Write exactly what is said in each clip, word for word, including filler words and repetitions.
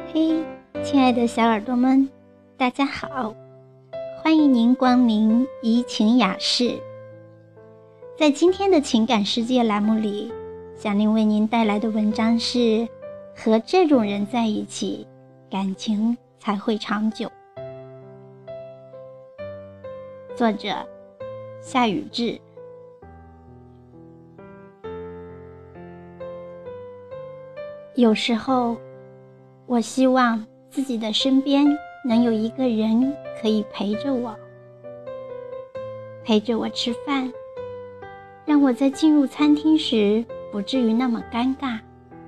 嘿，亲爱的小耳朵们，大家好，欢迎您光临怡情雅室。在今天的情感世界栏目里，小宁为您带来的文章是和这种人在一起，感情才会长久。作者夏雨志。有时候我希望自己的身边能有一个人可以陪着我，陪着我吃饭，让我在进入餐厅时不至于那么尴尬，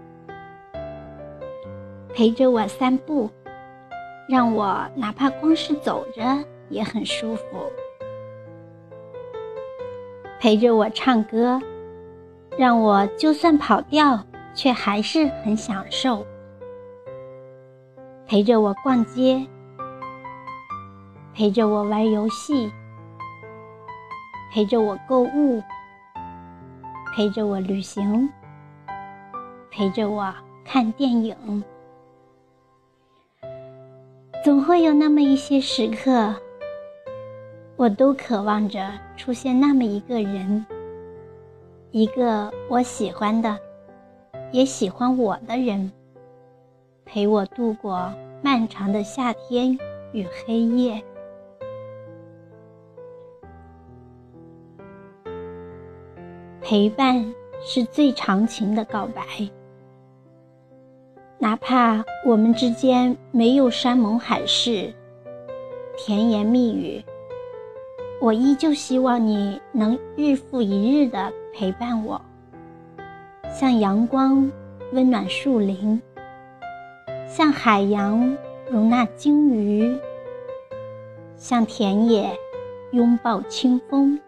陪着我散步，让我哪怕光是走着也很舒服，陪着我唱歌，让我就算跑调却还是很享受，陪着我逛街，陪着我玩游戏，陪着我购物，陪着我旅行，陪着我看电影。总会有那么一些时刻，我都渴望着出现那么一个人，一个我喜欢的也喜欢我的人，陪我度过漫长的夏天与黑夜。陪伴是最长情的告白，哪怕我们之间没有山盟海誓、甜言蜜语，我依旧希望你能日复一日地陪伴我，像阳光温暖树林，像海洋容纳鲸鱼，像田野拥抱清风。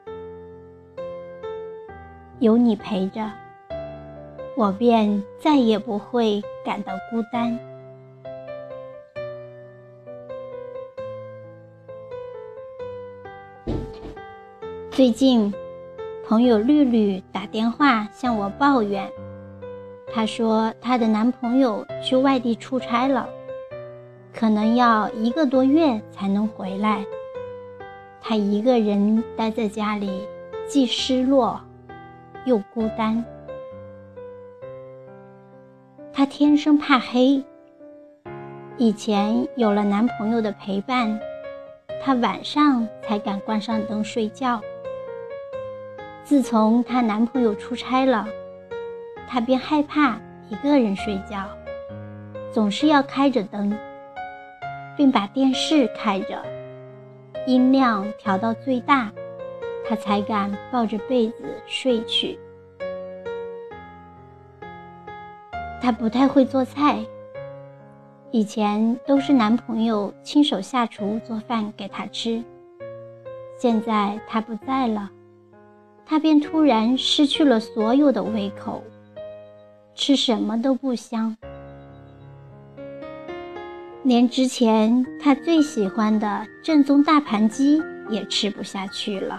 有你陪着，我便再也不会感到孤单。最近朋友绿绿打电话向我抱怨，她说她的男朋友去外地出差了，可能要一个多月才能回来。她一个人待在家里，既失落又孤单。她天生怕黑，以前有了男朋友的陪伴，她晚上才敢关上灯睡觉。自从她男朋友出差了，她便害怕一个人睡觉，总是要开着灯，并把电视开着，音量调到最大，她才敢抱着被子睡去。她不太会做菜，以前都是男朋友亲手下厨做饭给她吃，现在他不在了，她便突然失去了所有的胃口，吃什么都不香，连之前她最喜欢的正宗大盘鸡也吃不下去了。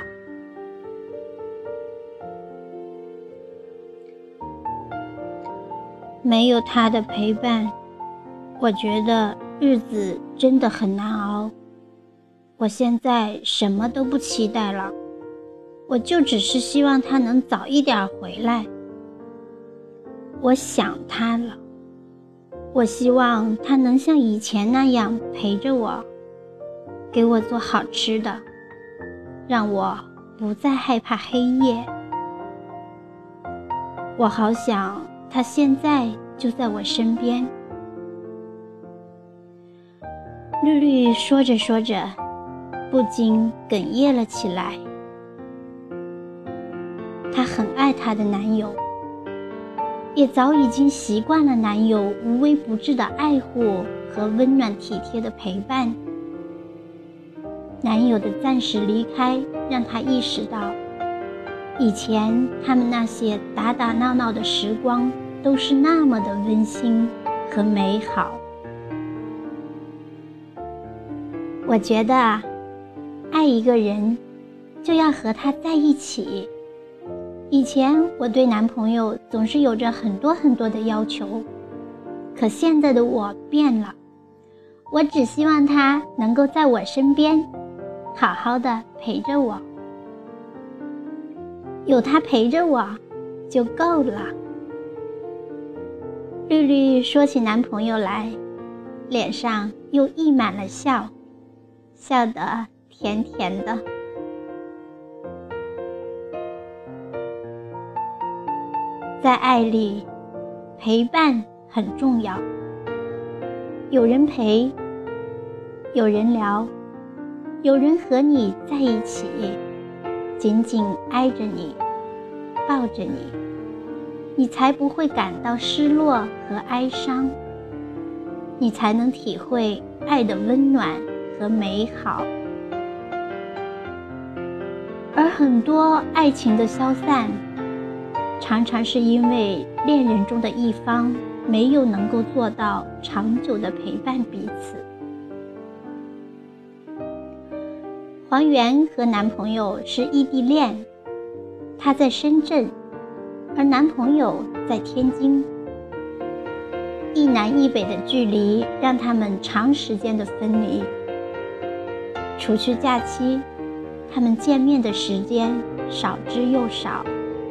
没有他的陪伴，我觉得日子真的很难熬。我现在什么都不期待了，我就只是希望他能早一点回来。我想他了，我希望他能像以前那样陪着我，给我做好吃的，让我不再害怕黑夜。我好想他现在就在我身边。绿绿说着说着，不禁哽咽了起来。她很爱她的男友，也早已经习惯了男友无微不至的爱护和温暖体贴的陪伴。男友的暂时离开让她意识到，以前他们那些打打闹闹的时光都是那么的温馨和美好。我觉得啊，爱一个人就要和他在一起。以前我对男朋友总是有着很多很多的要求，可现在的我变了， 我只希望他能够在我身边，好好的陪着我。有他陪着我就够了。绿绿说起男朋友来，脸上又溢满了笑，笑得甜甜的。在爱里，陪伴很重要。有人陪，有人聊，有人和你在一起，紧紧挨着你，抱着你，你才不会感到失落和哀伤，你才能体会爱的温暖和美好。而很多爱情的消散，常常是因为恋人中的一方没有能够做到长久的陪伴彼此。黄媛和男朋友是异地恋，她在深圳，而男朋友在天津。一南一北的距离让他们长时间的分离。除去假期，他们见面的时间少之又少。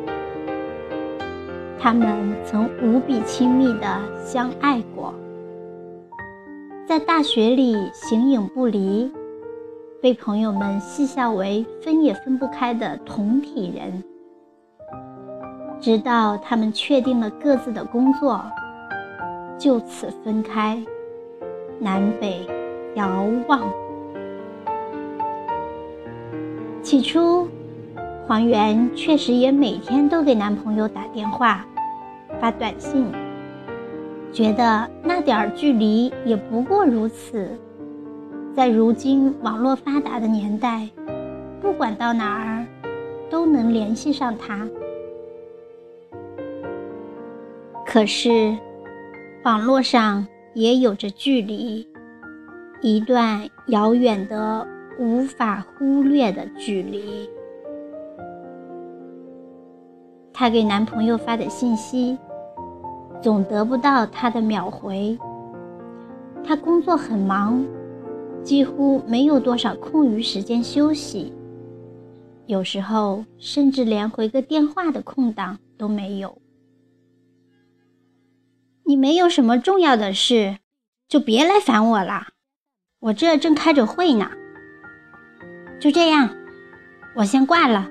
他们曾无比亲密地相爱过，在大学里形影不离，被朋友们戏笑为分也分不开的同体人。直到他们确定了各自的工作，就此分开，南北遥望。起初，黄媛确实也每天都给男朋友打电话发短信，觉得那点距离也不过如此。在如今网络发达的年代，不管到哪儿都能联系上他。可是网络上也有着距离，一段遥远的无法忽略的距离。她给男朋友发的信息总得不到他的秒回，他工作很忙，几乎没有多少空余时间休息，有时候甚至连回个电话的空档都没有。你没有什么重要的事，就别来烦我了，我这正开着会呢。就这样，我先挂了。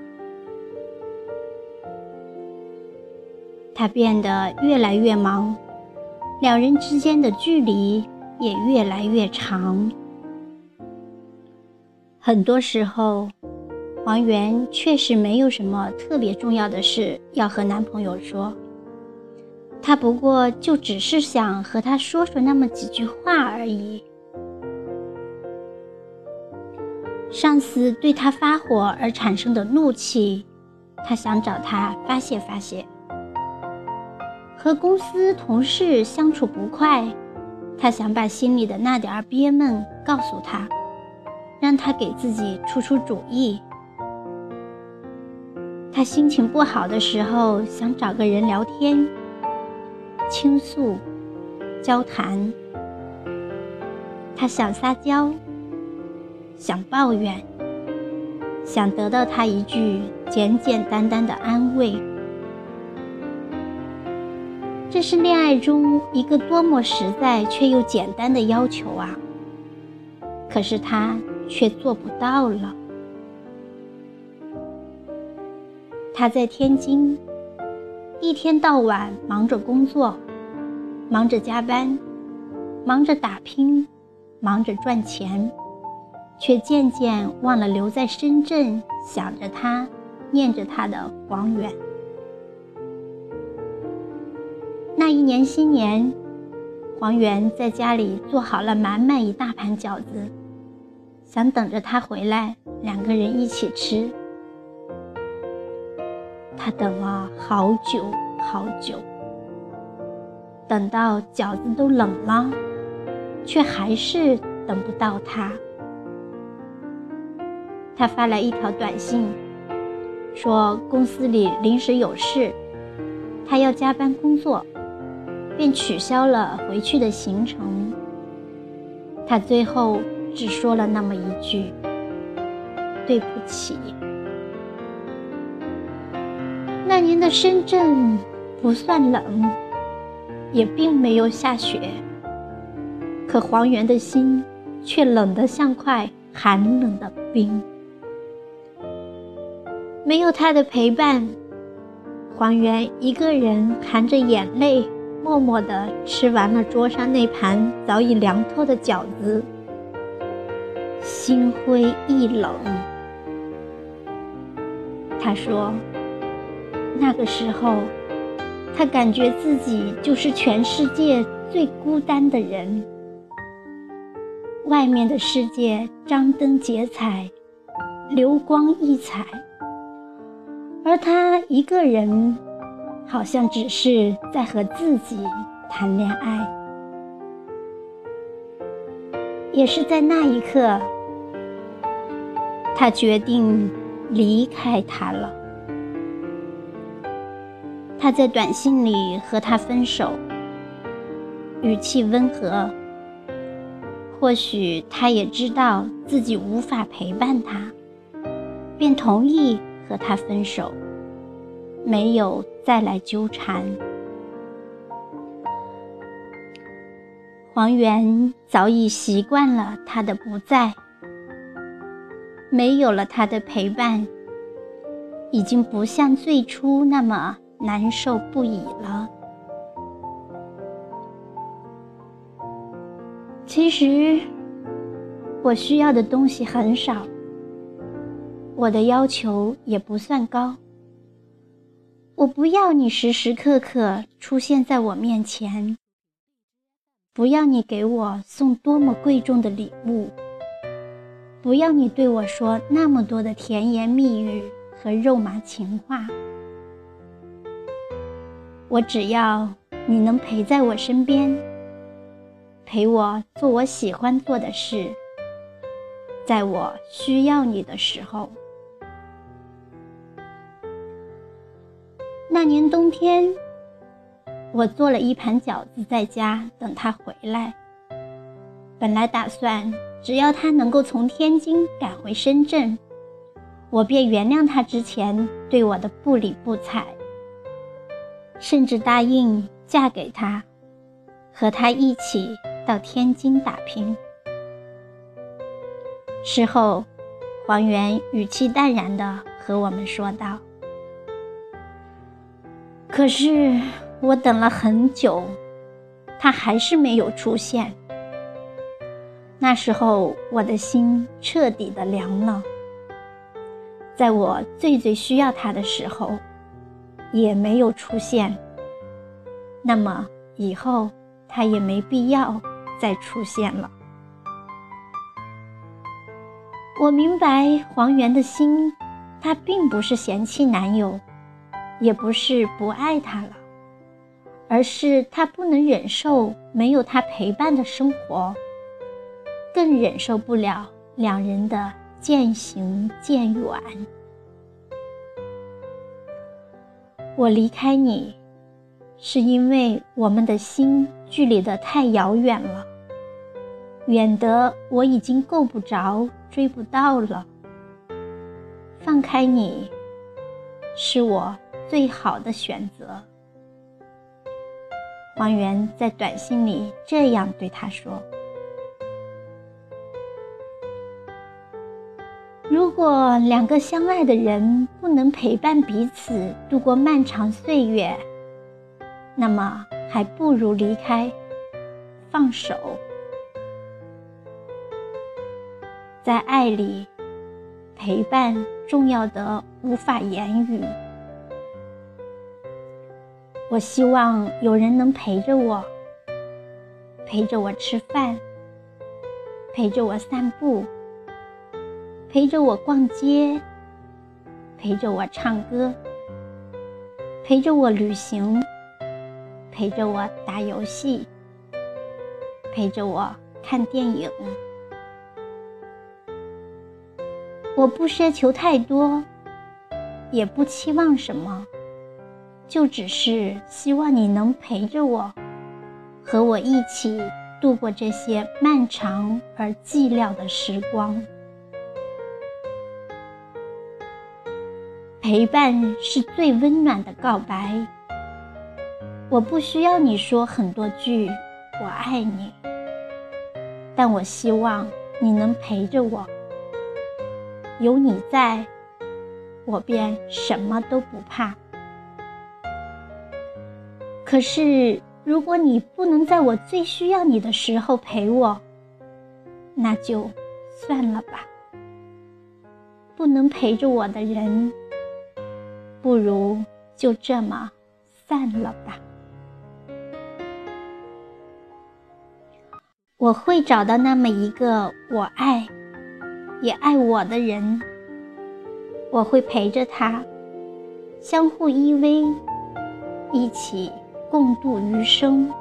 他变得越来越忙，两人之间的距离也越来越长。很多时候，黄媛确实没有什么特别重要的事要和男朋友说，她不过就只是想和他说说那么几句话而已。上司对他发火而产生的怒气，她想找他发泄发泄。和公司同事相处不快，她想把心里的那点憋闷告诉他，让他给自己出出主意。她心情不好的时候，想找个人聊天倾诉交谈。她想撒娇，想抱怨，想得到他一句简简单单的安慰。这是恋爱中一个多么实在却又简单的要求啊！可是他却做不到了。他在天津，一天到晚忙着工作，忙着加班，忙着打拼，忙着赚钱，却渐渐忘了留在深圳想着他念着他的黄媛。那一年新年，黄媛在家里做好了满满一大盘饺子，想等着他回来两个人一起吃。他等了好久好久，等到饺子都冷了，却还是等不到他。他发来一条短信，说公司里临时有事，他要加班工作，便取消了回去的行程。 他最后只说了那么一句：对不起。那年的深圳不算冷，也并没有下雪，可黄源的心却冷得像块寒冷的冰。没有他的陪伴，黄源一个人含着眼泪默默地吃完了桌上那盘早已凉透的饺子，心灰意冷。他说，那个时候他感觉自己就是全世界最孤单的人，外面的世界张灯结彩，流光溢彩，而他一个人好像只是在和自己谈恋爱。也是在那一刻，他决定离开他了。他在短信里和他分手，语气温和，或许他也知道自己无法陪伴他，便同意和他分手，没有再来纠缠。黄源早已习惯了他的不在，没有了他的陪伴，已经不像最初那么难受不已了。其实我需要的东西很少，我的要求也不算高。我不要你时时刻刻出现在我面前，不要你给我送多么贵重的礼物，不要你对我说那么多的甜言蜜语和肉麻情话。我只要你能陪在我身边，陪我做我喜欢做的事，在我需要你的时候。那年冬天，我做了一盘饺子在家等他回来，本来打算只要他能够从天津赶回深圳，我便原谅他之前对我的不理不睬，甚至答应嫁给他，和他一起到天津打拼。事后，黄源语气淡然地和我们说道，可是我等了很久，他还是没有出现。那时候我的心彻底的凉了，在我最最需要他的时候也没有出现，那么以后他也没必要再出现了。我明白黄源的心，他并不是嫌弃男友，也不是不爱他了，而是他不能忍受没有他陪伴的生活，更忍受不了两人的渐行渐远。我离开你，是因为我们的心距离得太遥远了，远得我已经够不着，追不到了。放开你，是我最好的选择。黄源在短信里这样对他说。如果两个相爱的人不能陪伴彼此度过漫长岁月，那么还不如离开，放手。在爱里，陪伴重要得无法言语。我希望有人能陪着我，陪着我吃饭，陪着我散步，陪着我逛街，陪着我唱歌，陪着我旅行，陪着我打游戏，陪着我看电影。我不奢求太多，也不期望什么，就只是希望你能陪着我，和我一起度过这些漫长而寂寥的时光。陪伴是最温暖的告白，我不需要你说很多句我爱你，但我希望你能陪着我，有你在，我便什么都不怕。可是如果你不能在我最需要你的时候陪我，那就算了吧。不能陪着我的人，不如就这么散了吧。我会找到那么一个我爱也爱我的人，我会陪着他，相互依偎，一起共度余生。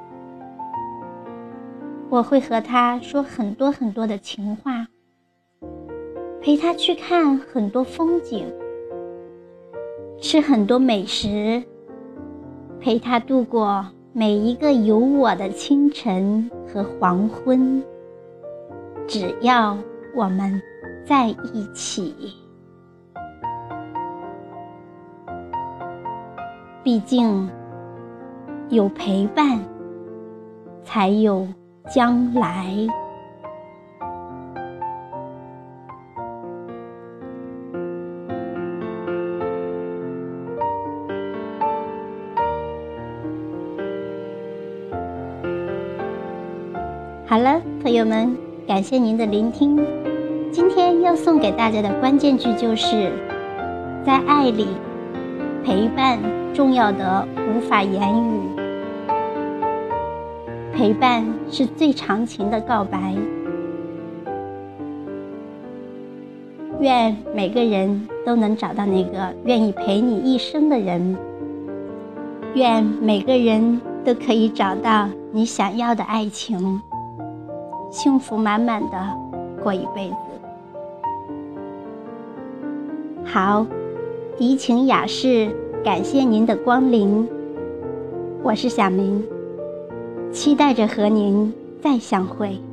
我会和他说很多很多的情话，陪他去看很多风景，吃很多美食，陪他度过每一个有我的清晨和黄昏，只要我们在一起。毕竟有陪伴才有将来。好了，朋友们，感谢您的聆听。今天要送给大家的关键句就是：在爱里，陪伴重要得无法言语。陪伴是最长情的告白。愿每个人都能找到那个愿意陪你一生的人。愿每个人都可以找到你想要的爱情，幸福满满的过一辈子。好，怡情雅士，感谢您的光临，我是小明，期待着和您再相会。